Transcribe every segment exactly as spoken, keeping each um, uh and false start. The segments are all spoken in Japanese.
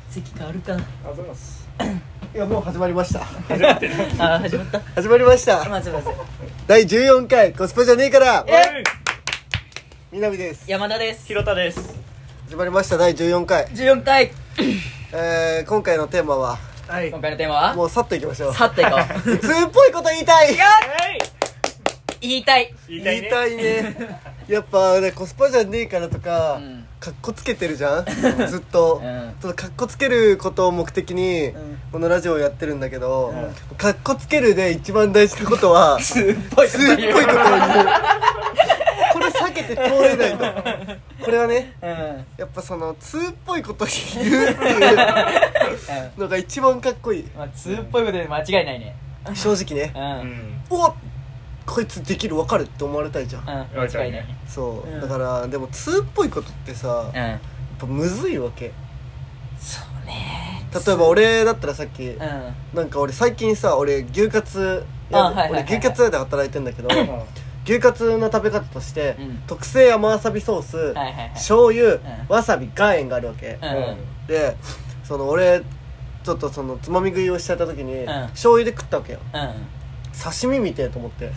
席変わるか。ありがとうございます。 いやもう始まりました。 始まってる。 あ始まった。 始まりました。 まずまず。 だいじゅうよんかいコスパじゃねえから。 えみなみです。 山田です。 ひろたです。 始まりましただいじゅうよんかい。 じゅうよんかい。 えー、今回のテーマは、 はい、今回のテーマはもうさっといきましょう。 さっといこう。 普通っぽいこと言いたい。 言いたい言いたいね。言いたいね。やっぱね、コスパじゃねえからとか、うん、かっこつけてるじゃんずっと、うん、そのかっこつけることを目的に、うん、このラジオをやってるんだけど、うん、かっこつけるで一番大事なことは通っぽいこと言う。 通っぽいことを言う。これ避けて通れないと。これはね、うん、やっぱその通っぽいことを言うっていうのが一番かっこいい、 まあ、通っぽいことで間違いないね。 正直ね、うん、おっこいつできる分かるって思われたいじゃん、うん、 間違いない。 そう、うん、だからでも通っぽいことってさ、うん、やっぱむずいわけ。 そうね。 例えば俺だったらさっき、うん、なんか俺最近さ俺牛カツや、はいはいはいはい、俺牛カツ屋で働いてんだけど、牛カツの食べ方として、うん、特製甘わさびソース、はいはいはい、醤油、うん、わさび岩塩があるわけ、うん、でその俺ちょっとそのつまみ食いをしちゃった時に、うん、醤油で食ったわけよ、うん、刺身みてえと思って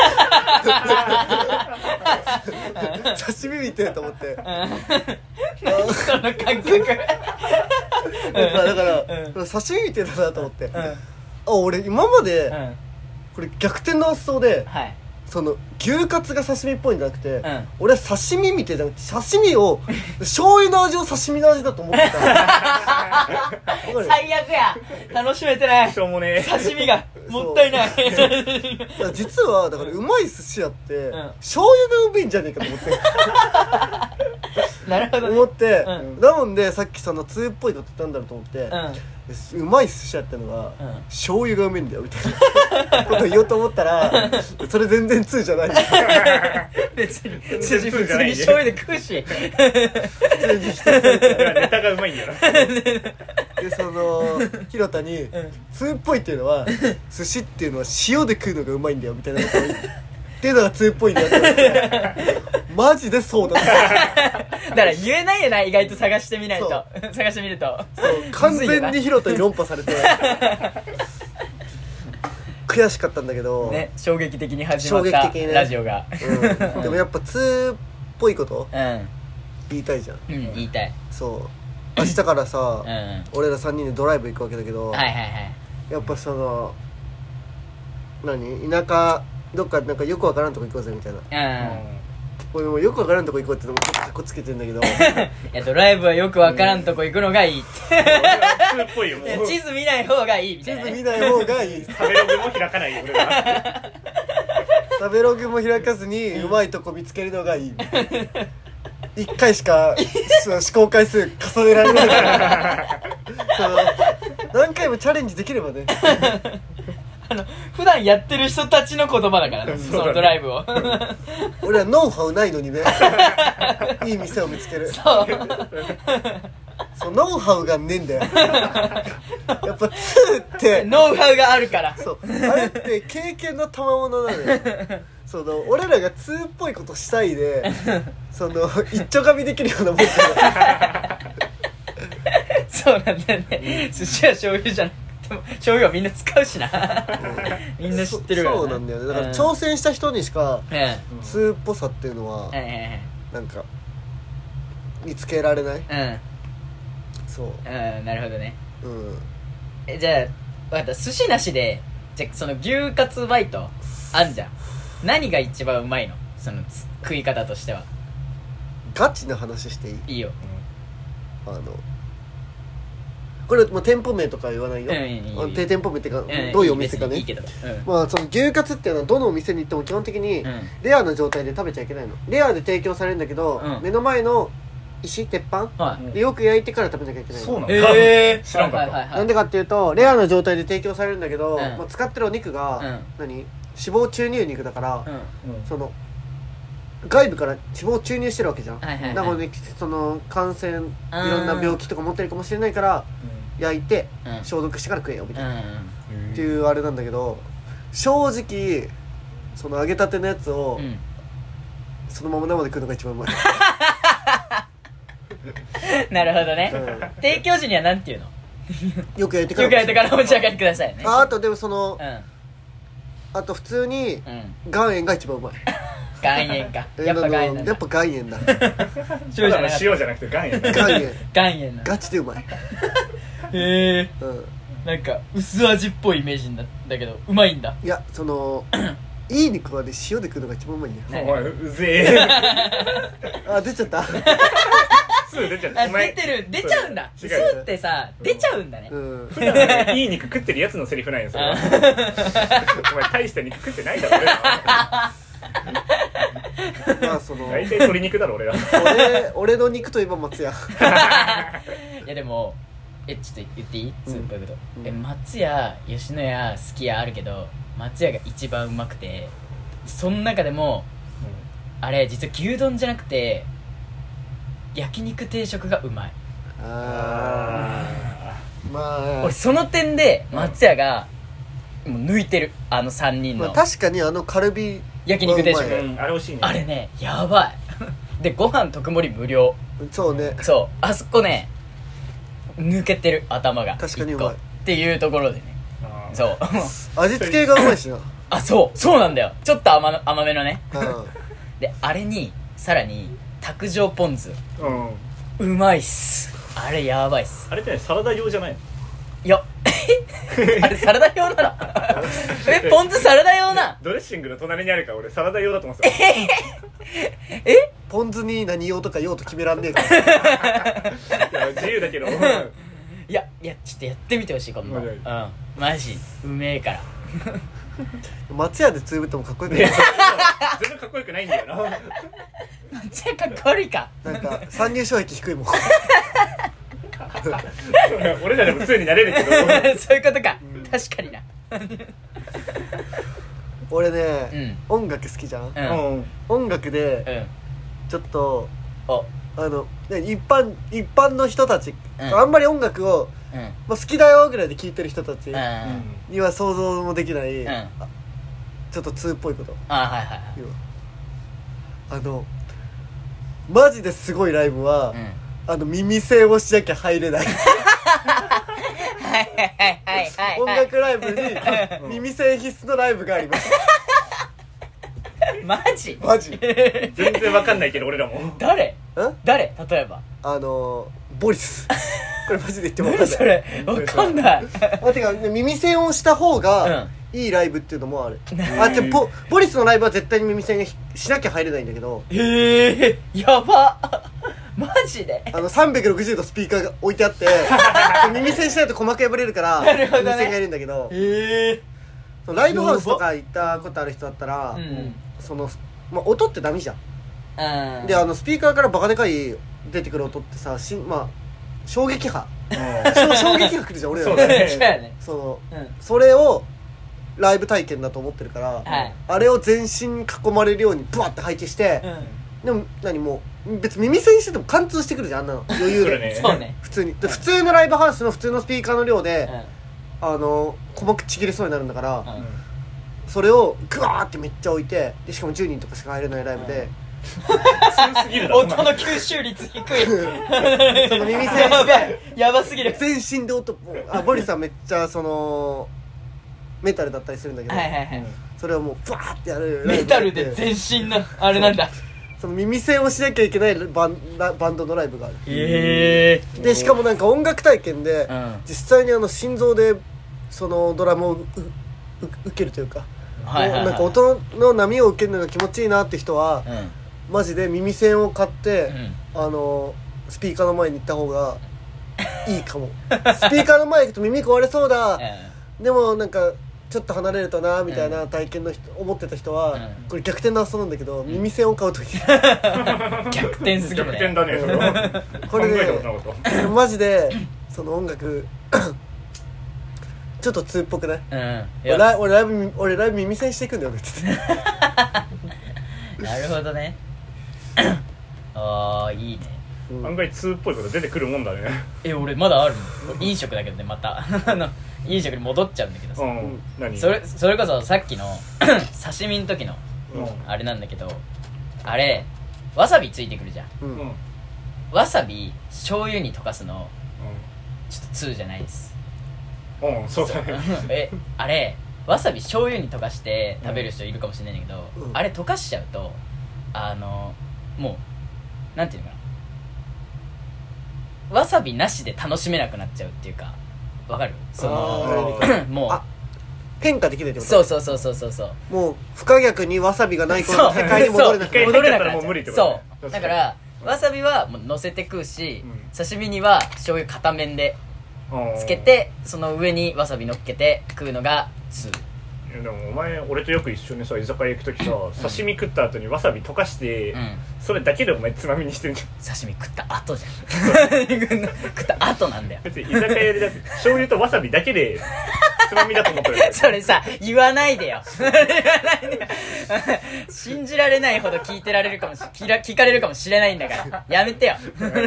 刺身みてえと思って、うん、 何その感覚だから、だから、うん、刺身みてえだなと思って、うん、あ俺今まで、うん、これ逆転の発想で、はい、その牛カツが刺身っぽいんじゃなくて、うん、俺は刺身みてえじゃなくて刺身を醤油の味を刺身の味だと思ってた最悪や。楽しめてない。 しょうもねえ刺身がもったいない実はだからうまい寿司屋って、うん、醤油がうめえんじゃねえかと思ってなるほど、ね、 思って、うん、だもんでさっきその通っぽいこと言ったんだろうと思って、うん、うまい寿司屋ってのは、うん、醤油がうめえんだよみたいなこと言おうと思ったらそれ全然通じゃない別に普通に醤油で食うし普通にしてネタがうまいんだよでそのひろたに、うん、通っぽいっていうのは寿司っていうのは塩で食うのがうまいんだよみたいなことを言ってっていうのが通っぽいんだよってマジでそうだっただから言えないよな、意外と探してみないと探してみるとそう完全にひろたに論破されて悔しかったんだけど、 ね、衝撃的に始まったね、ラジオが、 うん、でもやっぱ通っぽいこと、うん、言いたいじゃん、 うん、言いたい。 そう明日からさ、うん、俺らさんにんでドライブ行くわけだけど、 はいはいはい、 やっぱその何田舎どっかなんかよくわからんとこ行こうぜみたいな、うん、俺もよくわからんとこ行こうってのもちょっとカッコつけてんだけどいやドライブはよくわからんとこ行くのがいいって、 うん、っぽいよ。もう地図見ない方がいいみたいな、ね、 地図見ない方がいい食べログも開かないよ俺が食べログも開かずにうまいとこ見つけるのがいいいっかいしか試行回数重ねられないから何回もチャレンジできればねあの普段やってる人たちの言葉だからね、そのドライブを俺はノウハウないのにねいい店を見つける。 そうそうノウハウがねえんだよやっぱツーってノウハウがあるから。 そうあれって経験の賜物なのよその俺らがツーっぽいことしたいでその一丁噛みできるようなもんだよそうなんだよね、寿司は醤油じゃなくても醤油はみんな使うしなみんな知ってるから、ね、 そ, そうなんだよね。だから挑戦した人にしか、うん、ツーっぽさっていうのは、うん、なんか見つけられない、うん、そう、うん、 なるほどね、うん、えじゃあ分かった、寿司なしでじゃあその牛カツバイトあんじゃん、何が一番うまいの、その食い方としては。 ガチな話していい？ いいよ、 うん、あのこれもう店舗名とか言わないよ、うん、いいいい低店舗名っていうか、うん、どういうお店かね、 いいけど、うん、 まあその牛カツっていうのはどのお店に行っても基本的にレアな状態で食べちゃいけないの。レアで提供されるんだけど、うん、目の前の石鉄板、はい、でよく焼いてから食べなきゃいけないの。 そうなんだ、えー、知らんかった、 はいはいはい、なんでかっていうとレアな状態で提供されるんだけど、うん、まあ、使ってるお肉が、うん、何脂肪注入肉だから、うんうん、その外部から脂肪を注入してるわけじゃん、はいはいはい、なのでその感染いろんな病気とか持ってるかもしれないから、うん、焼いて、うん、消毒してから食えよみたいな、うん、っていうあれなんだけど、正直その揚げたてのやつを、うん、そのまま生で食うのが一番うまいなるほどね、うん、提供時にはなんていうのよくやってからよくやってからお召し上がりくださいね。 ああとでもその、 うん、 あと普通に岩塩が一番うまい。 岩塩かやっぱ岩塩なんだ。 やっぱ岩塩だ塩じゃなくて塩じゃなくて岩塩だ岩塩岩塩なガチでうまいへえ、うん、なんか薄味っぽいイメージなんだけどうまいんだ。 いやそのいい肉はね塩で食うのが一番うまいんだよ。 お前うぜえあ出ちゃったすぐ出ちゃった。 あ出てる出ちゃうんだ。スーってさ出ちゃうんだね、うん、 普段いい肉食ってるやつのセリフなんやそれお前大した肉食ってないだろ俺らまあその大体鶏肉だろ俺ら俺俺の肉といえば松屋いやでもえちょっと言っていいスープだけど、うん、え松屋吉野家すき家あるけど松屋が一番うまくてその中でも、うん、あれ実は牛丼じゃなくて焼肉定食がうまい。 あーまあ俺その点で松屋がもう抜いてるあのさんにんの、 まあ、確かにあのカルビ焼肉定食、 うん、あれ美味しいね。 あれねやばいでご飯特盛り無料。 そうねそうあそこね抜けてる頭が確かにうまいっていうところでねそう味付けがうまいしなあそうそうなんだよちょっと 甘, 甘めのね、 うん、であれにさらに卓上ポン酢、うん、うまいっすあれやばいっす。 あれって、ね、サラダ用じゃないの？ いやあれサラダ用なのえポン酢サラダ用なドレッシングの隣にあるから俺サラダ用だと思ってたえポン酢に何用とか用と決めらんねえからいや自由だけどいやいやちょっとやってみてほしい今度、うん、マジうめえから松屋でつぶってもかっこよくない全然かっこよくないんだよな松屋かっこ悪いかなんか参入障壁低いもん俺らでも普通になれるけどそういうことか、うん、確かにな俺ね、うん、音楽好きじゃん、うん、音楽で、うん、ちょっとあの一般一般の人たち、うん、あんまり音楽を、うんまあ、好きだよぐらいで聴いてる人たちには想像もできない、うん、ちょっと通っぽいことあ、はいはいはい、 あのマジですごいライブは、うんあの耳栓をしなきゃ入れない音楽ライブに耳栓必須のライブがありますマジマジ全然わかんないけど俺らも誰誰例えばあのボリスこれマジで言っても分かんないそれわかんないあてか耳栓をした方がいいライブっていうのもある、うん、あでも ボ, ボリスのライブは絶対に耳栓しなきゃ入れないんだけどへえやばマジであのさんびゃくろくじゅうどスピーカーが置いてあって耳栓しないと鼓膜破れるからなるほど、ね、 耳栓がいるんだけどへえライブハウスとか行ったことある人だったら、うん、その、まあ、音ってダメじゃん、うん、であのスピーカーからバカでかい出てくる音ってさし、まあ、衝撃波衝撃波来るじゃん俺らそうだねその、うん、それをライブ体験だと思ってるから、はい、あれを全身囲まれるようにブワッて配置して、うん、でも何もう別に耳栓してても貫通してくるじゃんあんなの余裕でそうね普通にで普通のライブハウスの普通のスピーカーの量で、うん、あの鼓膜ちぎれそうになるんだから、うん、それをグワーってめっちゃ置いてでしかもじゅうにんとかしか入れないライブで、 うん、音の吸収率低いその耳栓してやばすぎる全身で音あボリさんめっちゃそのメタルだったりするんだけど、 はいはいはい、 それをもうブワーってやるメタルで全身のあれなんだその耳栓をしなきゃいけないバン、バンドのライブがあるへーでしかもなんか音楽体験で、うん、実際にあの心臓でそのドラムを受けるというか、はいはいはい、なんか音の波を受けるのが気持ちいいなって人は、うん、マジで耳栓を買って、うん、あのスピーカーの前に行った方がいいかもスピーカーの前行くと耳壊れそうだ、うん、でもなんかちょっと離れるとなみたいな体験の人、うん、思ってた人は、うん、これ逆転の発想なんだけど、うん、耳栓を買うとき逆転すぎるね逆転だねそれはこれねマジでその音楽ちょっと通っぽくない、うん、俺, ラ俺, ライブ俺ライブ耳栓していくんだよねってなるほどねああいいね、 うん、案外通っぽいこと出てくるもんだねえ俺まだあるの飲食だけどねまた飲食に戻っちゃうんだけどさ、うん、何それそれこそさっきの刺身の時の、うん、あれなんだけどあれわさびついてくるじゃん、うん、 わさび醤油に溶かすの、うん、ちょっと通じゃないです。 うん、そうだねえあれわさび醤油に溶かして食べる人いるかもしれないんだけど、うん、あれ溶かしちゃうとあのもうなんていうのかな、わさびなしで楽しめなくなっちゃうっていうか、わかる？そのもう変化できないってこと？ そうそうそうそうそうそう、 もう不可逆にわさびがない頃の世界に戻れなくなる。 戻れなくなっちゃう。そうだからわさびはもう乗せて食うし、うん、刺身には醤油片面でつけてその上にわさび乗っけて食うのが通。 でもお前俺とよく一緒にさ居酒屋行くときさ、うん、刺身食った後にわさび溶かして、うん、それだけでお前つまみにしてるじゃん。 刺身食った後じゃん食った後なんだよ。 別に居酒屋でだって醤油とわさびだけでつまみだと思ってるそれさ言わないでよ言わないでよ信じられないほど聞いてられるかもし聞かれるかもしれないんだからやめてよ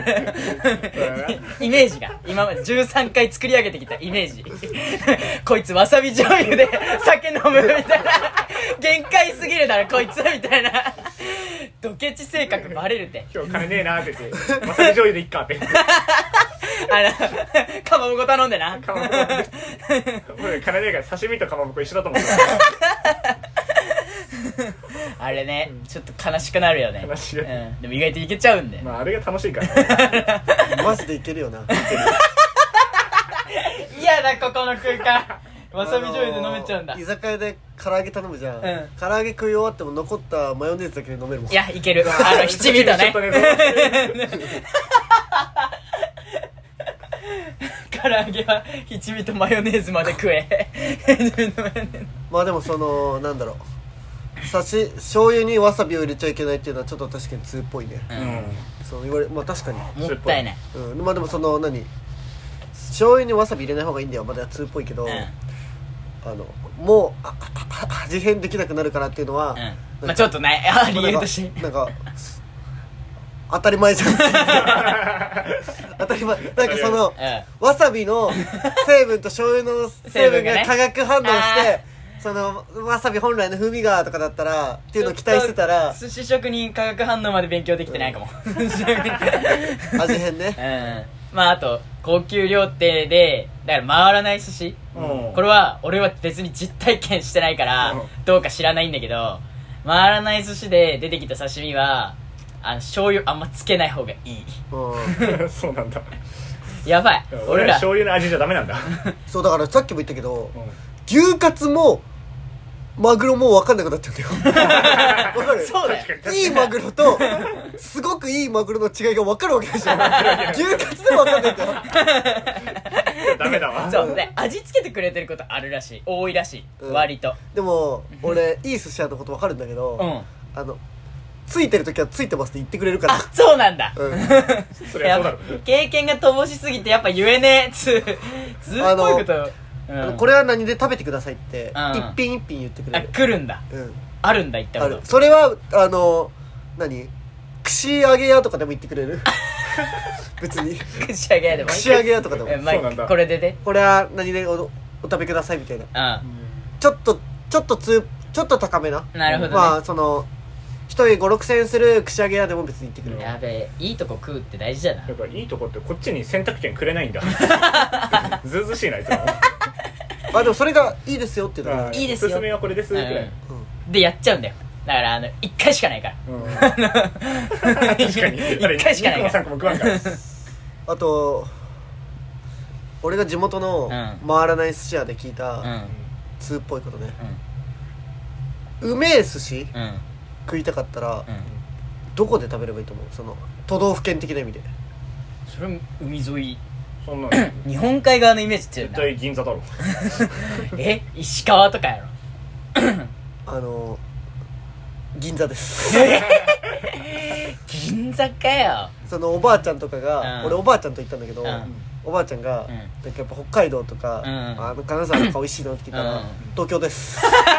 イメージが今までじゅうさんかい作り上げてきたイメージこいつわさび醤油で酒飲むみたいな限界すぎるだろこいつみたいなドケチ性格バレるって。 今日金ねえなーって言ってわさび醤油でいっかってあのかまぼこ頼んでな。 かまぼこ俺金ねえから刺身とかまぼこ一緒だと思うあれね、うん、ちょっと悲しくなるよね。 悲しい、うん、 でも意外といけちゃうんだよ。 まああれが楽しいからねマジでいけるよな。 嫌だここの空間わさび醤油で飲めちゃうんだ。 居酒屋で唐揚げ頼むじゃん、うん、唐揚げ食い終わっても残ったマヨネーズだけで飲めるもん。 いやいけるあの七味とね唐揚げは七味とマヨネーズまで食えまあでもそのなんだろう、さし醤油にわさびを入れちゃいけないっていうのはちょっと確かに通っぽいね、うん、そう言われまあ確かにもったいない、 うん、まあでもその何醤油にわさび入れない方がいいんだよまだ通っぽいけど、うん、あのもうああ味変できなくなるからっていうのは、 うん、まあちょっとねあ理由としてなんか当たり前じゃん当たり前なんかその、うん、わさびの成分と醤油の成分が化学反応してそのわさび本来の風味がとかだったらっていうのを期待してたら寿司職人化学反応まで勉強できてないかも、うん、 味変ね、 うん、まああと高級料亭でだから回らない寿司、うん、これは俺は別に実体験してないからどうか知らないんだけど、回らない寿司で出てきた刺身はあの醤油あんまつけない方がいい。 そうなんだ。 やばい。 俺ら醤油の味じゃダメなんだ。 そうだからさっきも言ったけど、うん、牛カツもマグロも分かんなくなっちゃうんだよ。分かる？ そうだよ。 いいマグロとすごくいいマグロの違いが分かるわけでしょ。牛カツでも分かんないんだよ。 ダメだわ。 そうで味付けてくれてることあるらしい、多いらしい、うん、割と。 でも俺いい寿司屋のこと分かるんだけど、うん、あのついてるときはついてますって言ってくれるから。 あ、そうなんだ、 うん、それはそうだろう。 経験が乏しすぎてやっぱ言えねえつずっということ、 うん、これは何で食べてくださいって、うん、一品一品言ってくれる。 あ、来るんだ、うん、あるんだ言ったこと。 それはあの何串揚げ屋とかでも言ってくれる別に串揚げ屋でも串揚げ屋とかでも、 え、まあ、そうなんだ。これででこれは何で お, お食べくださいみたいな、うん、ちょっとちょっとつちょっと高めな。 なるほど、ね、 まあその一人ごろくせんえんする串揚げ屋でも別に行ってくれる。 やべえ、いいとこ食うって大事だな。 やっぱいいとこってこっちに選択権くれないんだずうずしいなあいつもあでもそれがいいですよっていうのがいいですよ、 おすすめはこれですくらい、うんうん、でやっちゃうんだよ。だからあのいっかいしかないから、うん、確かにいっかいしかないからにこもさんこも食わんからあと俺が地元の回らない寿司屋で聞いた通っぽいことね、うん、うめえ寿司、うん、食いたかったら、うん、どこで食べればいいと思う？その都道府県的な意味で。 それ海沿い、 そんな日本海側のイメージ強いな。 絶対銀座だろえ石川とかやろあの銀座です銀座かよ。 そのおばあちゃんとかが、うん、俺おばあちゃんと行ったんだけど、うん、おばあちゃんが、うん、なんかやっぱ北海道とか、うん、あの金沢とか美味しいのって聞いたら、うん、東京です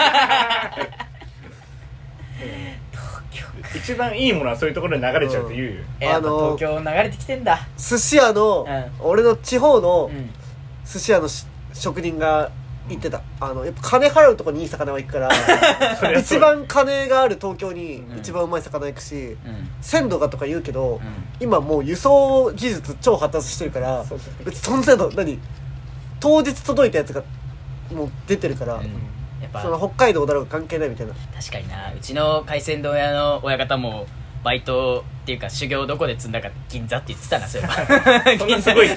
一番いいものはそういうところで流れちゃうって言うよ、 うん、あの東京流れてきてんだ。 寿司屋の、うん、俺の地方の寿司屋の職人が言ってた、あのやっぱ金払うとこにいい魚は行くから一番金がある東京に一番うまい魚行くし、うん、鮮度がとか言うけど、うん、今もう輸送技術超発達してるから別にそんなの何当日届いたやつがもう出てるから、うん、やっぱその北海道だろうが関係ないみたいな。 確かにな、うちの海鮮丼屋の親方もバイトっていうか修行どこで積んだか銀座って言ってたな、そういえばそんなすごい人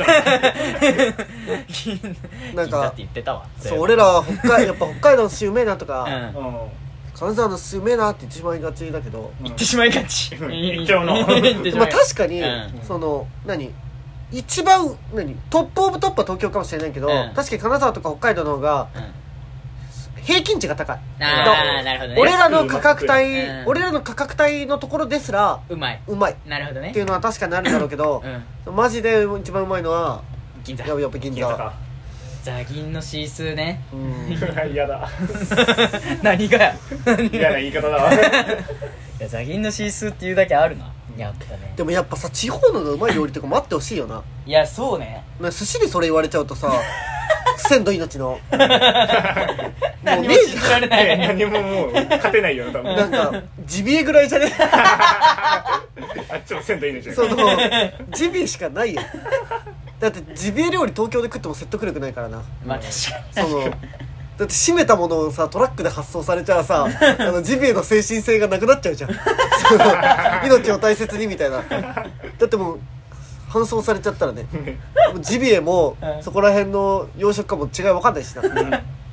なんか銀座って言ってたわ。 そう俺ら北海やっぱ北海道の寿司うめえなとか、うん、金沢の寿司うめえなって言ってしまいがちだけど、 言ってしまいがち言っちゃうのまあ確かに、うん、その何一番何トップオブトップは東京かもしれないけど、うん、確かに金沢とか北海道の方が、うん平均値が高い。 あなるほどね。 俺らの価格帯、うん、俺らの価格帯のところですらうまいうまい。 なるほどね。 っていうのは確かになるんだろうけど、うん、マジで一番うまいのは銀座。 やっぱやっぱ銀座。 ザギンのシースーね。 うん。嫌だ。 何がや。 嫌な言い方だわ。いやザギンのシースーっていうだけあるな。やったね。 でもやっぱさ地方のうまい料理とか待ってほしいよな。 いやそうね。 寿司でそれ言われちゃうとさ。鮮度命のもう何も信じられない何ももう勝てないよ多分なんかジビエぐらいじゃねあっちも鮮度命そのジビエしかないよだってジビエ料理東京で食っても説得力ないからな。 まあ確かにそのだって締めたものをさトラックで発送されちゃうさあのジビエの精神性がなくなっちゃうじゃんその命を大切にみたいな。だってもう搬送されちゃったらねジビエもそこら辺の養殖かも違い分かんないしな、うん、昨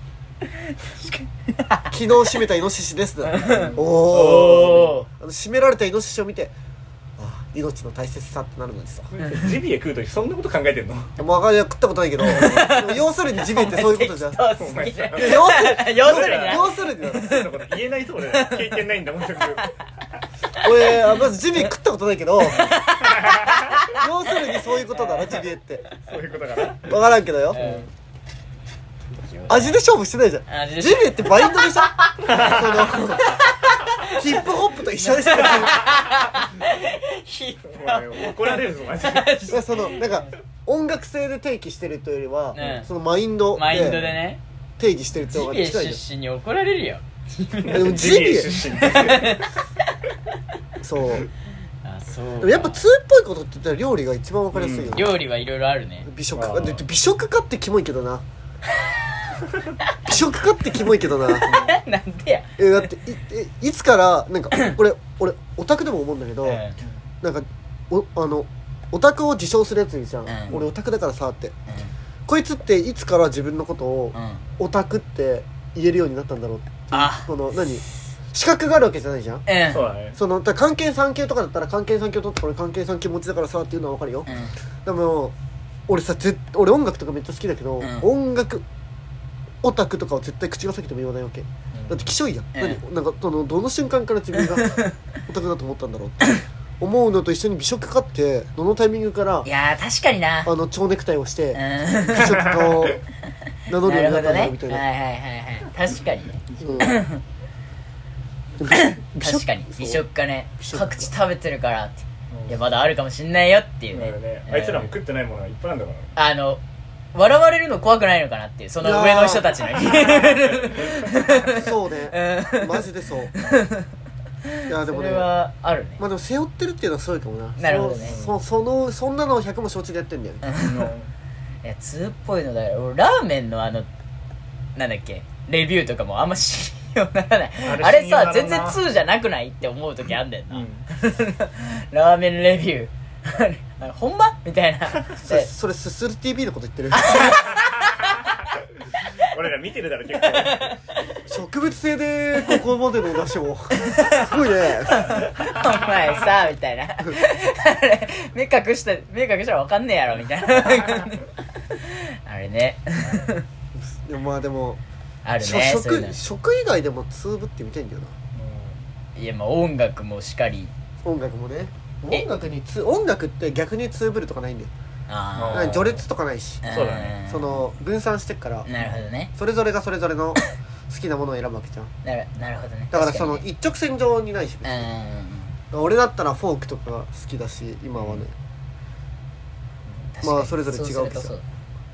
日締めたイノシシですだおお締められたイノシシを見てあ命の大切さってなるのにさジビエ食うときそんなこと考えてんの？ もう分かんない食ったことないけど要するにジビエってそういうことじゃん要するに要するに要するに言えないそうだよ経験ないんだもん俺まずジビエ食ったことないけど要するにそういうことだなジビエってそういうことかな分からんけどよ、うん、味で勝負してないじゃん。ジビエってバインドでしょそのヒップホップと一緒でしょ怒られるぞマジでそのなんか音楽性で定義してるというよりは、ね、そのマインドマインドでね定義してるってのが近いじゃん。 ジビエ出身に怒られるよでもジビエ出身そうあそうでもやっぱ通っぽいことって言ったら料理が一番分かりやすいよ、 うん、料理はいろいろあるね。 美食家美食家ってキモいけどな美食家ってキモいけどななんでやえだってい, い, いつからなんかこれ俺オタクでも思うんだけど、うん、なんかおあのオタクを自称するやついるじゃん、うん、俺オタクだからさって、うん、こいつっていつから自分のことを、うん、オタクって言えるようになったんだろうってあこの何資格があるわけじゃないじゃん、 うん、 そうだね。 そのだ関係産級とかだったら関係産級取ってこれ関係産級持ちだからさっていうのは分かるよ、うん、でも俺さぜ俺音楽とかめっちゃ好きだけど、うん、音楽オタクとかは絶対口が裂けても言わないわけ、うん、だってきしょいやん、うん、何なんかどのどの瞬間から自分がオタクだと思ったんだろうって思うのと一緒に美食家ってどのタイミングからいや確かになあの蝶ネクタイをして、うん、美食家を名乗るようになったんだろうみたいな、 はいはいはいはい確かにね、うん確かに美食家ね各地食べてるからって、うん、いやまだあるかもしんないよっていう ね, ねあいつらも食ってないものがいっぱいあるんだからあの笑われるの怖くないのかなっていうその上の人たちのそうね、うん、マジでそういやでもねそれはあるね。 まあでも背負ってるっていうのはすごいかもな。 なるほどね。 そ そ, そのそんなのをひゃくも承知でやってんだよねいや通っぽいのだよ。ラーメンのあのなんだっけレビューとかもあんま信用ならない あ, あれさ全然通じゃなくないって思う時あんだよな、うん、ラーメンレビューあれほんまみたいなそれそれすする ティーブイ のこと言ってる俺ら見てるだろ結構植物性でここまでの出しもすごいねお前さみたいなあれ目隠した目隠したら分かんねえやろみたいなあれねでもまあでもあるね食, 食以外でもつぶってみたいんだよな、 うん、いやまあ音楽もしかり音楽もね音楽につ音楽って逆につぶるとかないんだよ。あ序列とかないしそうだねその分散してっからなるほどねそれぞれがそれぞれの好きなものを選ぶわけじゃんな る, なるほどねだからその一直線上にないし別に俺だったらフォークとか好きだし今はね、うん、まあそれぞれ違うわけじゃん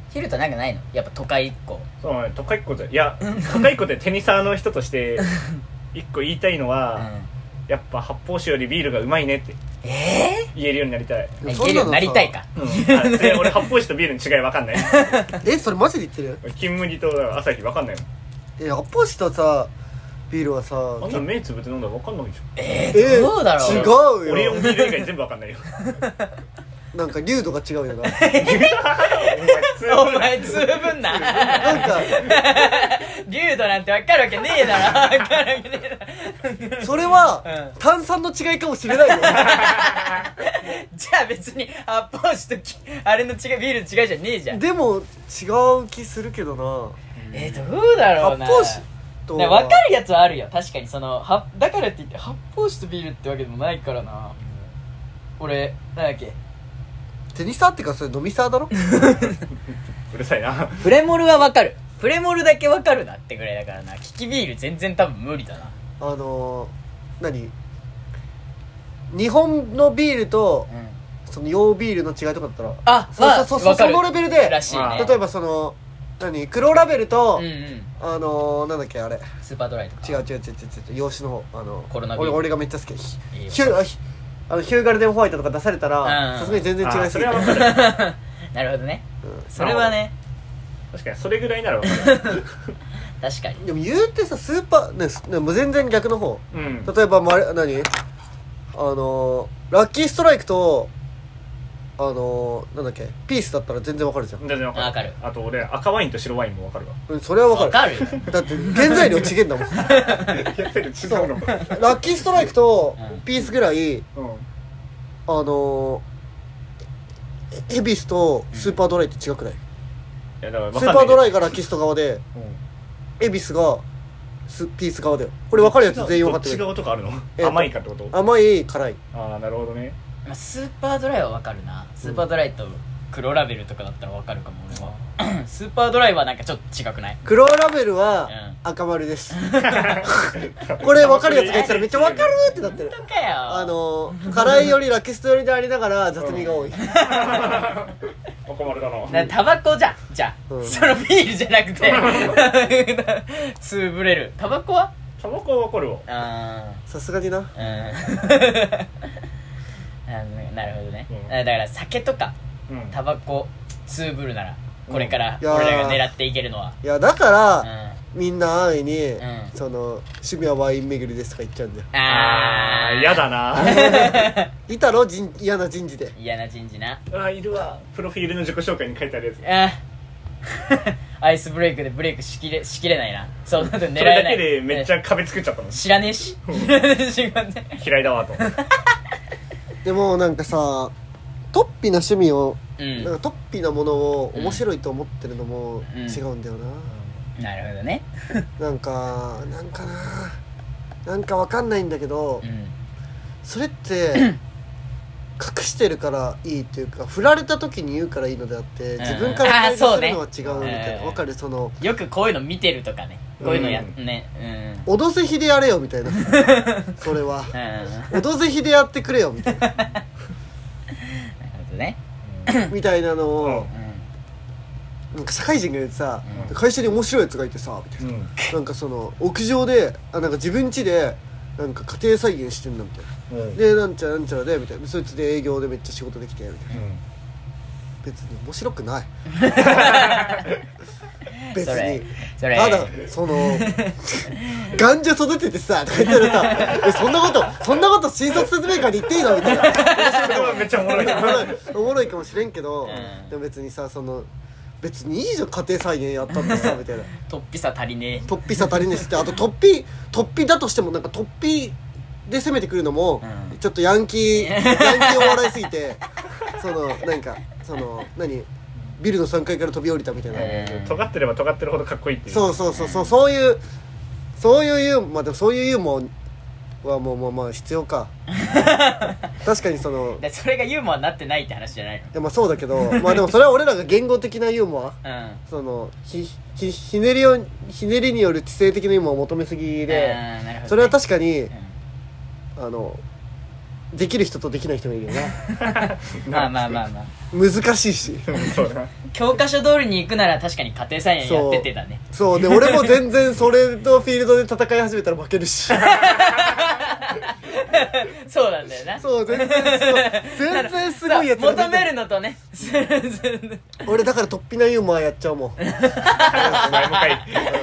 ヒルトなんかないの？やっぱ都会っ子。 そうね、都会っ子でいや都会っ子でテニサーの人として一個言いたいのは、うん、やっぱ発泡酒よりビールがうまいねってえー、言えるようになりたい。 言えるようになりたいか、 うん、で俺発泡酒とビールの違い分かんないえそれマジで言ってる？ 金麦と朝日分かんないもん。 え発泡酒とさビールはさあんた目つぶって飲んだら分かんないでしょ。 えー、えー、どうだろう。 違うよ。 オリオンビール以外全部分かんないよなんか流度が違うよなお前つぶんななんか流度なんて分かるわけねえだろ。分かるわけねえだろそれは、うん、炭酸の違いかもしれないよじゃあ別に発泡酒とあれの違いビールの違いじゃねえじゃん。 でも違う気するけどな。 えー、どうだろうな。 発泡酒と分かるやつはあるよ確かに。そのはだからって言って発泡酒とビールってわけでもないからな。俺なんだっけテニサーってかそれ飲みサーだろうるさいな。 プレモルは分かる。プレモルだけ分かるなってぐらいだからな。キキビール全然多分無理だな。 あのー、何日本のビールと、うん、その洋ビールの違いとかだったらあそうそうそう、まあ、そのレベルでらしいね。 例えばその何黒ラベルと、 うんうん、 あのー、なんだっけあれスーパードライとか違う違う違う違う違う洋酒の方あのコロナビール俺, 俺がめっちゃ好きヒュあのヒューガルデンホワイトとか出されたらさすがに全然違いすぎる。 なるほどね、うん、それはね確かにそれぐらいなら分かる確かに。 でも言うてさスーパーねもう全然逆の方、うん、例えば、ま、何あのー、ラッキーストライクとあのー、なんだっけピースだったら全然わかるじゃん。 全然わかる。 わかる。 あと俺赤ワインと白ワインもわかるわ。 うん、それはわかる。 わかるよだって原材料違えんだもん原材料違うの。ラッキーストライクとピースぐらい、うん、あのー、エビスとスーパードライって違くない？ いやだからスーパードライがラッキースト側で、うん、エビスがスピース側だよ。これ分かるやつ全員分かってる。 どっち側とかあるの？甘いかってこと？ 甘い辛い。 ああなるほどね。 まあ、スーパードライは分かるな。スーパードライと黒ラベルとかだったら分かるかも俺はスーパードライはなんかちょっと違くない？ 黒ラベルは赤丸です、うん、これ分かるやつがいたらめっちゃ分かるってなってる。 本当かよ。 あの辛いよりラキスト寄りでありながら雑味が多い、うん、 赤丸だな。 タバコじゃんじゃあ、うん、そのビールじゃなくてつぶれる。タバコはタバコは分かるわ。 あさすがにな。うんなるほどね、うん、だから酒とかタバコツーブルならこれから俺らが狙っていけるのは、 いやだから、うん、みんな安易に、うん、その趣味はワイン巡りですとか言っちゃうんだよ。 あー嫌だないたろ人嫌な人事で。 嫌な人事な。 あいるわ。プロフィールの自己紹介に書いてあるやつ。 あアイスブレイクでブレイクしきれしきれないな。そうだと狙えない。それだけでめっちゃ壁作っちゃったの。 知らねえし嫌いだわとでもなんかさトッピーな趣味を、うん、なんかトッピーなものを面白いと思ってるのも違うんだよな、うんうん、なるほどねなんかなんかななんかわかんないんだけど、うん、それって隠してるからいいっていうか振られた時に言うからいいのであって自分から解決するのは違うみたいな。わかる？そのよくこういうの見てるとかねこういうのや、うん、ね、 うん、オドぜひでやれよみたいなそれは、うん、オドぜひでやってくれよみたいななるほどねみたいなのを、うん、なんか社会人が言うとさ、うん、会社に面白いやつがいてさみたいな、うん、なんかその屋上であなんか自分家でなんか家庭菜園してんだみたいな、うん、でなんちゃらなんちゃらでみたいなそいつで営業でめっちゃ仕事できてみたいな、うん、別に面白くない別にただそのガンジャ育ててさとか言ったらさえそんなことそんなこと新卒説明会で言っていいのみたいなめっちゃおもろいおもろいかもしれんけど、うん、でも別にさその別にいいじゃん家庭菜園やったってさみたいな突飛さ足りねえ突飛さ足りねえってあと突飛突飛だとしてもなんか突飛で攻めてくるのも、うん、ちょっとヤンキーヤンキーお笑いすぎてそのなんかその何ビルのさんがいから飛び降りたみたいな、 えー、尖ってれば尖ってるほどかっこいいっていう。 そうそうそうそうそういうそういうユーモア、まあ、でもそういうユーモアはもうまあまあ必要か確かにそのでそれがユーモアになってないって話じゃないの。 いやまあそうだけどまあでもそれは俺らが言語的なユーモア、うん、その ひ, ひ, ひ, ねりをひねりによる知性的なユーモアを求めすぎで、ね、それは確かに、うん、あのできる人とできない人がいるよねまあまあまあまあ難しいしそうだ教科書通りに行くなら確かに家庭菜園やっててだね。 そうで俺も全然それとフィールドで戦い始めたら負けるしそうなんだよな。 そう全然すごい全然すごいやつが求めるのとね俺だからトッピナユーモアやっちゃうもんお前もかい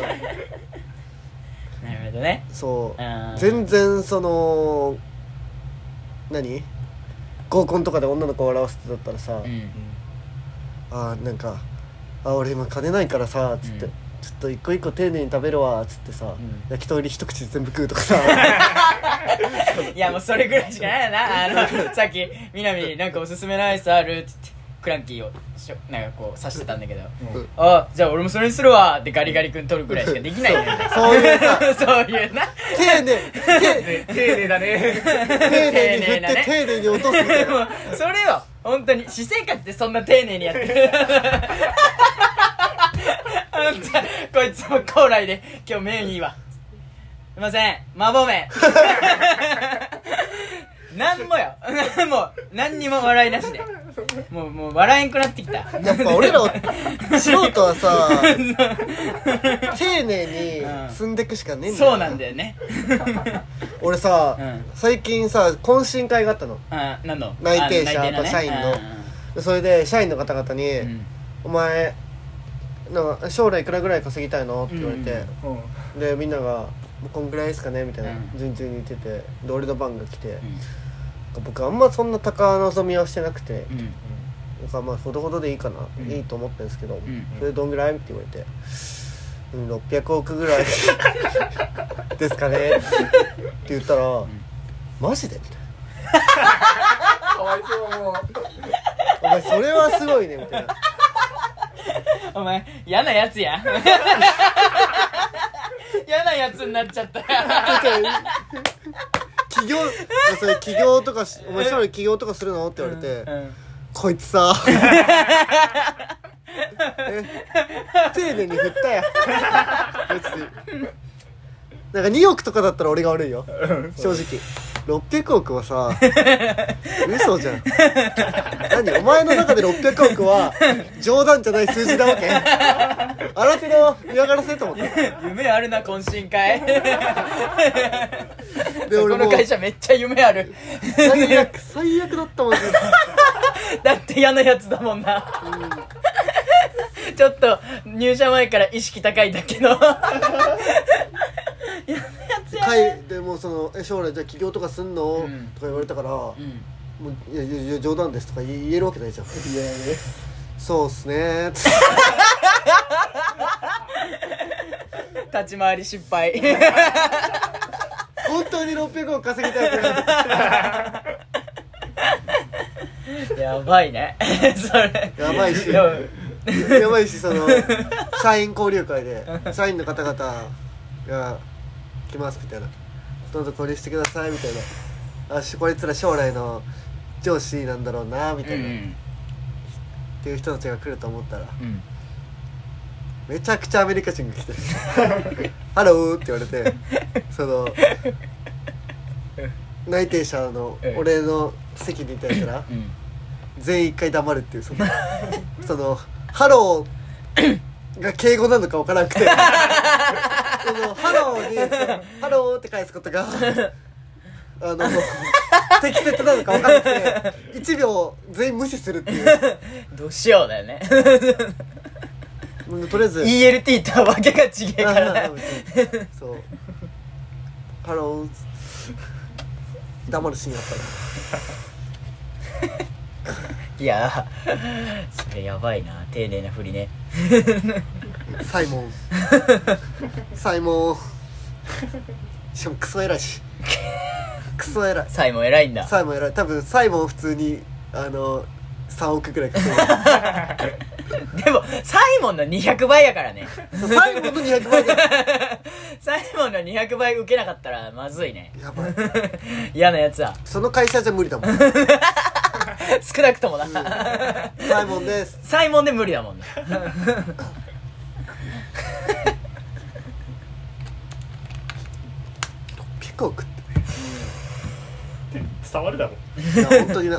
なるほどね。 そう全然その何合コンとかで女の子を笑わせてだったらさ、うん、あなんかあ俺今金ないからさつって、うん、ちょっと一個一個丁寧に食べるわつってさ、うん、焼き鳥一口全部食うとかさいやもうそれぐらいしかないよな。あのさっきみなみなんかおすすめのアイスあるっつってクランキーをしょなんかこう刺してたんだけど、うん、あじゃあ俺もそれにするわってガリガリ君取るぐらいしかできないんだよねそういうさそういうな丁寧丁寧だね丁寧に振って丁寧に落とすみたいなそれよ本当に私生活でそんな丁寧にやってるあんたこいつも高麗で今日麺いいわすいません麻婆麺なんもよもう何にも笑いなしでもうもう笑えんくなってきた。やっぱ俺ら素人はさ丁寧に積んでくしかねえんだよ、 そうなんだよね俺さ、うん、最近さ懇親会があったの。 あ何の内定者と社員の、ね、それで社員の方々に、うん、お前なんか将来いくらぐらい稼ぎたいのって言われて、うんうん、でみんながこんぐらいですかねみたいな、うん、順々に言っててで俺の番が来て、うん僕あんまそんな高望みはしてなくて、うんうん、まあほどほどでいいかな、うん、いいと思ってるんですけど、うんうん、それどんぐらいって言われて、うん、ろっぴゃくおくぐらいですかねって言ったら、うん、マジでみたいなかわいそうもうお前それはすごいねみたいなお前嫌なやつや嫌なやつになっちゃった起業それ起業とかお前将来起業とかするのって言われて、うんうん、こいつさえ丁寧に振ったや別になんかにおくとかだったら俺が悪いよ正直ろっぴゃくおくはさ嘘じゃん何お前の中でろっぴゃくおくは冗談じゃない数字なわけあら手の嫌がらせと思った夢あるな懇親会で俺もこの会社めっちゃ夢ある最悪最悪だったもんねだって嫌なやつだもんな、うん、ちょっと入社前から意識高いだけの嫌なやつやねでもそのえ将来じゃあ起業とかすんの、うん、とか言われたから、うん、もういやいや冗談ですとか言えるわけないじゃん。いやいやそうっすねー立ち回り失敗本当にろっぴゃくおく稼ぎたいってやばいねそれやばいしやばいしその社員交流会で社員の方々が来ますみたいなどうぞこれしてくださいみたいなあこいつら将来の上司なんだろうなみたいな、うん、っていう人たちが来ると思ったら、うん、めちゃくちゃアメリカ人が来てハローって言われてその内定者の俺の席にいたやつら、うん、全員一回黙るっていうそのそのハローが敬語なのか分からなくてそのハローにハローって返すことがあの適切なのか分からなくていちびょう全員無視するっていうどうしようだよねとりあえずイーエルティー とはわけが違えからねそうハロー黙るシーンあったらいやそれやばいな丁寧な振りねサイモンサイモンしかもクソ偉いしクソ偉いサイモン偉いんだサイモン偉い多分サイモン普通にあのさんおくくらい稼いでもサイモンのにひゃくばいやからねサイモンのにひゃくばいだサイモンのにひゃくばい受けなかったらまずいねやばい嫌なやつはその会社じゃ無理だもん少なくともな、うん、 サイモンですサイモンで無理だもんなろっぴゃくおくってね伝わるだろ。 いや本当にな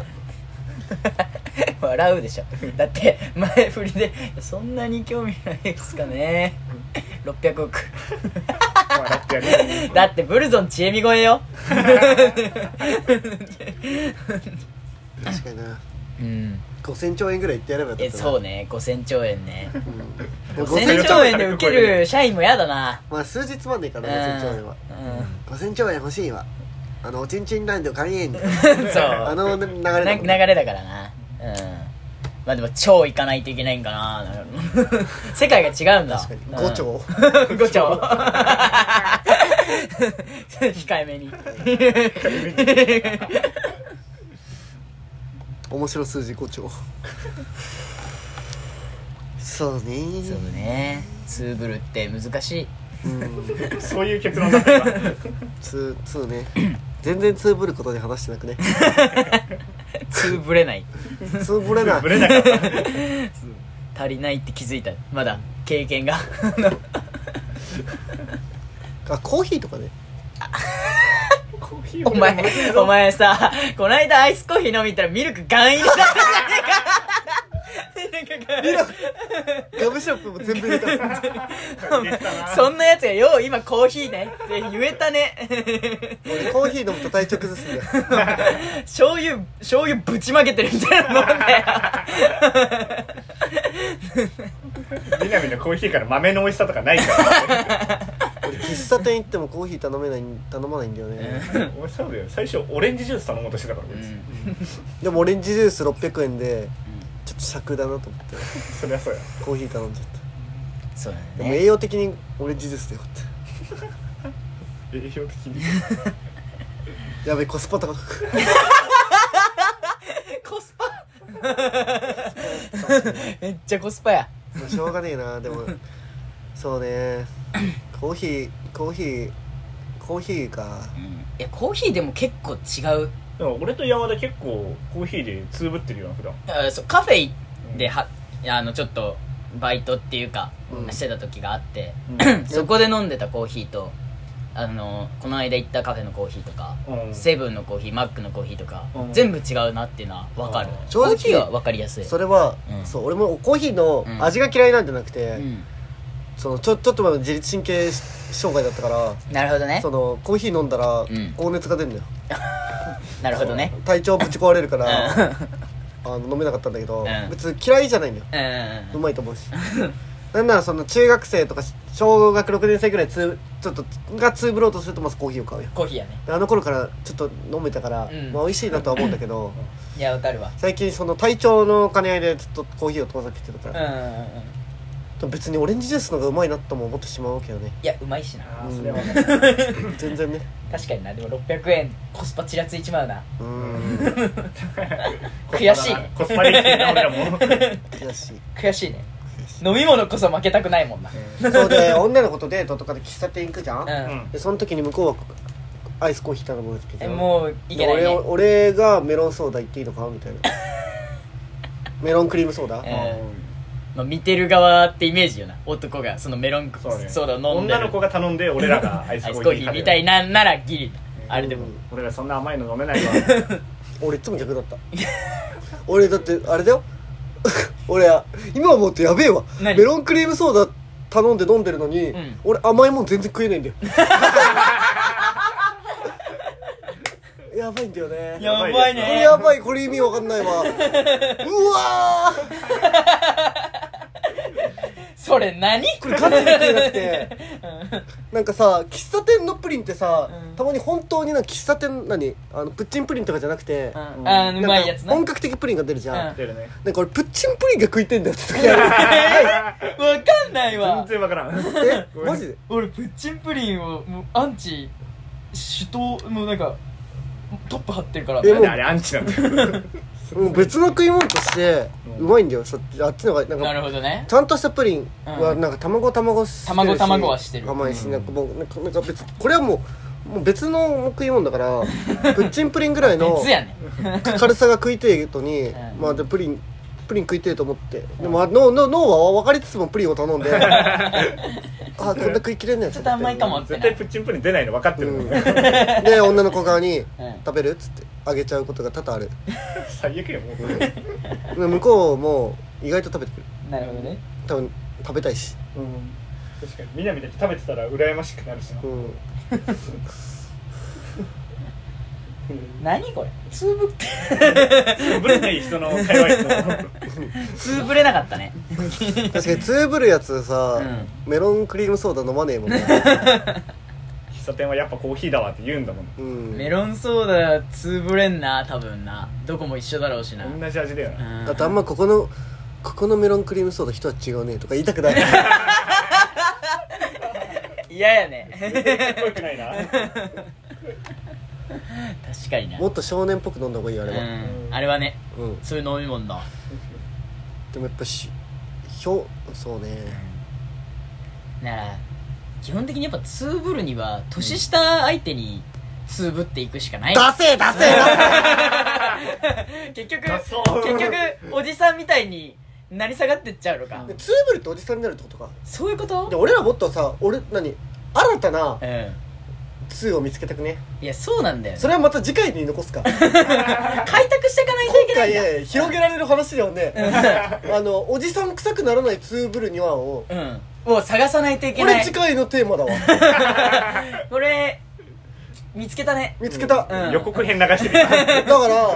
笑うでしょ。だって前振りでそんなに興味ないですかねろっぴゃくおく笑ってやるだってブルゾンちえみ超えよ確かにな、 うん、 ごせんちょうえんぐらい言ってやればよかっえたな。 そうねごせんちょうえんね、 うん、 ごせんちょうえんで受ける社員もやだな。 まあ数日つまんねえからごせんちょうえんは、うん、ごせんちょうえん欲しいわ。あのおちんちんランド買えんそうあの流れだ、 ね、流れだからな。うんまあでも超行かないといけないんかな世界が違うんだ。 確かにごちょうごちょう控えめに面白数字ごちょうそうねそうねツーブルって難しい。 うんそういう結論だった今ツー、ツーね全然ツーブルことで話してなくねツーブレないツーブレないブレなかった足りないって気づいた。まだ経験があコーヒーとかねコーヒーお前お前さこないだアイスコーヒー飲みたらミルクガン入れたじゃねえかガムショップも全部入れたそんなやつがよう今コーヒーねって言えたね俺コーヒー飲むと体調崩すんだよ醤油醤油ぶちまけてるみたいなもんだよ南のコーヒーから豆の美味しさとかないから俺喫茶店行ってもコーヒー頼めない頼まないんだよね俺そうだよ最初オレンジジュース頼もうとしてたから、うん、 でもオレンジジュースろっぴゃくえんでちょっと尺だなと思ってそりゃそうやコーヒー頼んじゃったそうだね。 でも栄養的にオレンジジュースでよかった栄養的にやべコスパ高くコスパめっちゃコスパや。 しょうがねえな。でもそうねコーヒーコーヒーコーヒーか、 うん、いやコーヒーでも結構違う。 でも俺と山田結構コーヒーでつぶってるよな普段。 あそうカフェでは、うん、あのちょっとバイトっていうか、うん、してた時があって、うん、そこで飲んでたコーヒーとあのこの間行ったカフェのコーヒーとか、うん、セブンのコーヒーマックのコーヒーとか、うん、全部違うなっていうのは分かる。 正直コーヒーは分かりやすい。 それは、うん、そう俺もコーヒーの味が嫌いなんじゃなくて、うん、そのちょ、ちょっと前の自律神経障害だったから。 なるほどね。 そのコーヒー飲んだら、うん、高熱が出るんだよなるほどね。 体調ぶち壊れるからあの飲めなかったんだけど、うん、別に嫌いじゃないんだよ、うん、うまいと思うしなんならその中学生とか小学ろくねん生ぐらいつちょっとがつぶろうとするとまずコーヒーを買うよ。 コーヒーやね。 あの頃からちょっと飲めたから、うん、まあ美味しいなとは思うんだけどいやわかるわ。 最近その体調の兼ね合いでずっとコーヒーを遠ざけてるから、うんうんうんうん、別にオレンジジュースの方がうまいなとも思ってしまうけどね。 いやうまいしな、 うん、それは全然ね。 確かにな。でもろっぴゃくえんコスパちらついちまうな。うーん悔しいね。 コスパできてんな俺らも悔しい悔しいね。飲み物こそ負けたくないもんな、 うん、そうで女の子とデートとかで喫茶店行くじゃん、うん、でその時に向こうはアイスコーヒー頼むんですけど、 もういけないね。 俺, 俺がメロンソーダ言っていいのかみたいなメロンクリームソーダ、えーまあ、見てる側ってイメージよな。男がそのメロンソーダを飲んでる、 女の子が頼んで俺らがアイスコーヒーみたいなならギリあれでも、うん、 俺らそんな甘いの飲めないわ俺いつも逆だった俺だってあれだよ俺今思うとやべえわ。メロンクリームソーダ頼んで飲んでるのに、うん、俺甘いもん全然食えないんだよやばいんだよね。 やばいね。 これやばい。これ意味わかんないわうわそれ何これガチで食えなくてなんかさ喫茶店のプリンってさ、うん、たまに本当になんか喫茶店何あのプッチンプリンとかじゃなくて、 うん、あうまいやつな本格的プリンが出るじゃん、 うん、出るね。 なんか俺プッチンプリンが食いてんだよって時あるわかんないわ。 全然わからん。 えマジで俺プッチンプリンをもうアンチ主闘もうなんかトップ張ってるから。 なんであれアンチなんだよもう別の食い物としてうまいんだよ、そあっちのがなんかなるほどね。 ちゃんとしたプリンはなんか卵卵してるし卵卵はしてる甘いし、うん、なんかもうなんかなんか別これはもうもう別の食い物だからプッチンプリンぐらいの別やね軽さが食いてえとに、うん、まあでプリンプリン食いてえと思って、でも脳の脳は分かりつつもプリンを頼んであこんな食いきれんねんちょっと甘いかもって絶対プッチンプリン出ないの分かってる、うん、 で女の子側に、うん、食べるっつってあげちゃうことが多々ある最悪やもう、 うん、向こうも意外と食べてくる。 なるほどね。 多分食べたいし、 うん、確かにみんなみたいに食べてたら羨ましくなるしな、うん、 何これつぶってつぶれない人の会話やとつぶれなかったね確かにつぶるやつさ、うん、メロンクリームソーダ飲まねえもんね喫茶店はやっぱコーヒーだわって言うんだもん、 うん、メロンソーダつぶれんな多分な。どこも一緒だろうしな。 同じ味だよな、 うん、だってあんまここのここのメロンクリームソーダ人は違うねとか言いたくない嫌やねかっこよくないな確かにな。 もっと少年っぽく飲んだ方がいいよあれは、 うん、あれはね、うん、そういう飲み物だ。 でもやっぱしひょそうね、 うん、なら基本的にやっぱツーブルには年下相手にツーブっていくしかない。 ダセーダセー結局結局おじさんみたいに成り下がってっちゃうのか。 ツーブルっておじさんになるってことか。 そういうこと。 で俺らもっとさ、俺何新たなツーを見つけたくね。 いやそうなんだよ、ね、 それはまた次回に残すか開拓していかないといけないんだ。 今回広げられる話だよねあのおじさん臭くならないツーブルにはを、 うん、を探さないといけない。 これ次回のテーマだわこれ見つけたね。 見つけた、 うん、予告編流してるだから、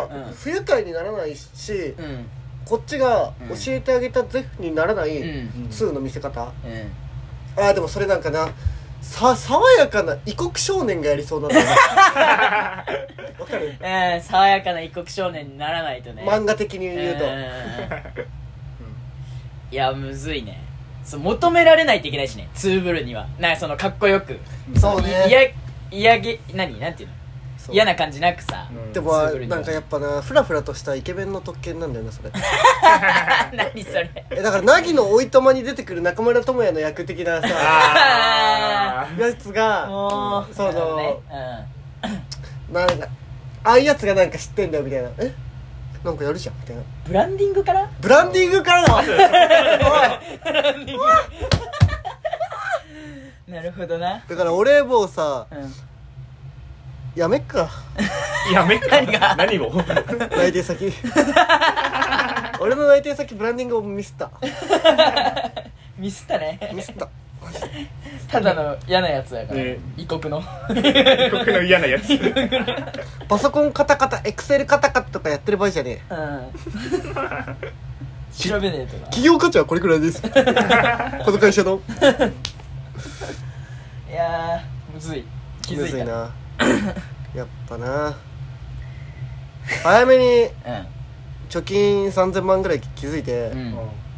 うん、不愉快にならないし、うん、こっちが教えてあげたゼフにならないツーの見せ方、うん、ああでもそれなんかなさ爽やかな異国少年がやりそうなんだなわかる、 えー、爽やかな異国少年にならないとね、 漫画的に言うと、 えー、いやむずいね。そう求められないといけないしね、ツーブルにはなんかそのかっこよく、 そうね、 いやいやげ何なんていうの嫌な感じなくさ、 うん、でもなんかやっぱなフラフラとしたイケメンの特権なんだよなそれ何それえだから凪のおいとまに出てくる中村倫也の役的なさやつがその、ねうん、なんかああいうやつがなんか知ってんだよみたいな、えなんかやるじゃんみたいな。 ブランディングからブランディングからだわなるほどな。 だから俺もうさ、うん、やめっかやめっか何が何を内定先俺の内定先ブランディングをミスったミスったねミスったただの嫌なやつやから、ね、異国の異国の嫌なやつパソコンカタカタエクセルカタカタとかやってる場合じゃねえ、 うん調べねえとな。 企業価値はこれくらいですこの会社のいやーむずい気づいた。むずいなやっぱな早めに貯金さんぜんまんぐらい気づいて、うん、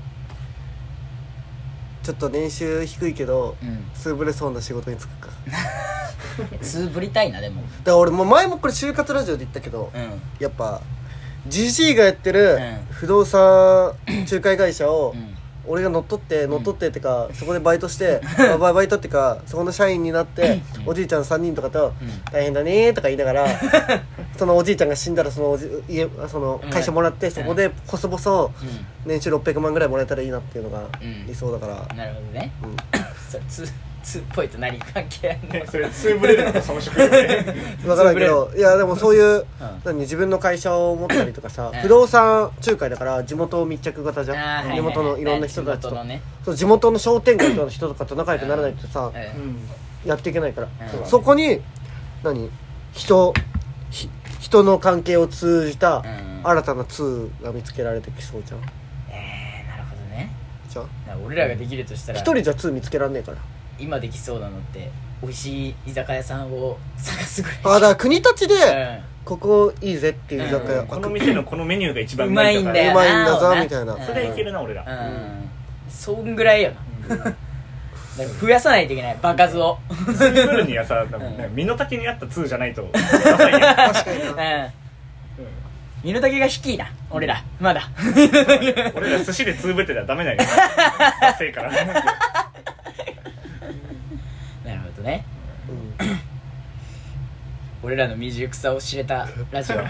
ちょっと年収低いけど、うん、つぶれそうな仕事に就くかつぶりたいな。でもだから俺も前もこれ就活ラジオで言ったけど、うん、やっぱジジイがやってる不動産仲介会社を、うん俺が乗っ取って乗っ取ってってか、うん、そこでバイトしてバ, バイトってかそこの社員になって、うん、おじいちゃんさんにんとかと、うん、大変だねーとか言いながらそのおじいちゃんが死んだらそのおじ家その会社もらって、うん、そこで細々、うん、年収ろっぴゃくまんぐらいもらえたらいいなっていうのが理想だから、 うん、なるほどね、うん、それツーっぽいと何関係あるの、 ね、それツーブレるのかその職業ね分からんけどいやでもそういう、うん、何自分の会社を持ったりとかさ、うん、不動産仲介だから地元密着型じゃん、地元のいろんな人たちと、地元のね、そう地元の商店街の人とかと仲良くならないとさ、うん、やっていけないから、うん、そこに何 人, 人の関係を通じた新たなツーが見つけられてきそうじゃん。 えー、なるほどね。 じゃあ俺らができるとしたら一人じゃツー見つけらんねえから今できそうなのって美味しい居酒屋さんを探すぐらい。 あだから国立で、うん、ここいいぜっていう居酒屋、うん、 この店のこのメニューが一番うまいんだよな、 うまいんだぞみたいな、 うん、それいけるな俺ら、 うん、そんぐらいよな、うん、だから増やさないといけない場数をツーブルにはさ、ね、身の丈に合ったツーじゃないとダサいや確かにな、うん身の丈が低いな俺らまだ俺ら寿司でツーブってたらダメだよダセいからなるほどね、うん、俺らの未熟さを知れたラジオ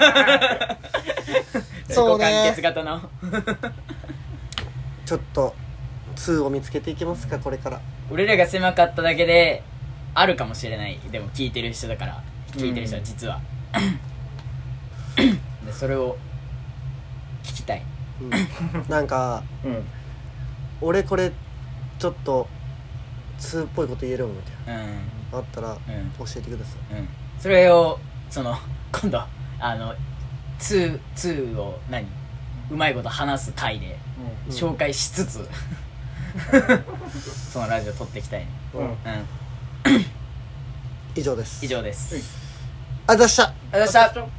そうね完結型のちょっとツーを見つけていきますかこれから。 俺らが狭かっただけであるかもしれない。でも聞いてる人だから聞いてる人は実は、うんでそれを聞きたい、 うん、なんか、うん、俺これちょっと通っぽいこと言えるみたいな、うん、あったら教えてください、 うんうん、それをその今度あの通通を何うまいこと話す回で紹介しつつ、うん、そのラジオ撮っていきたいね、うんうん、 以上です以上です、 ありがとうございました。 ありがとうございました。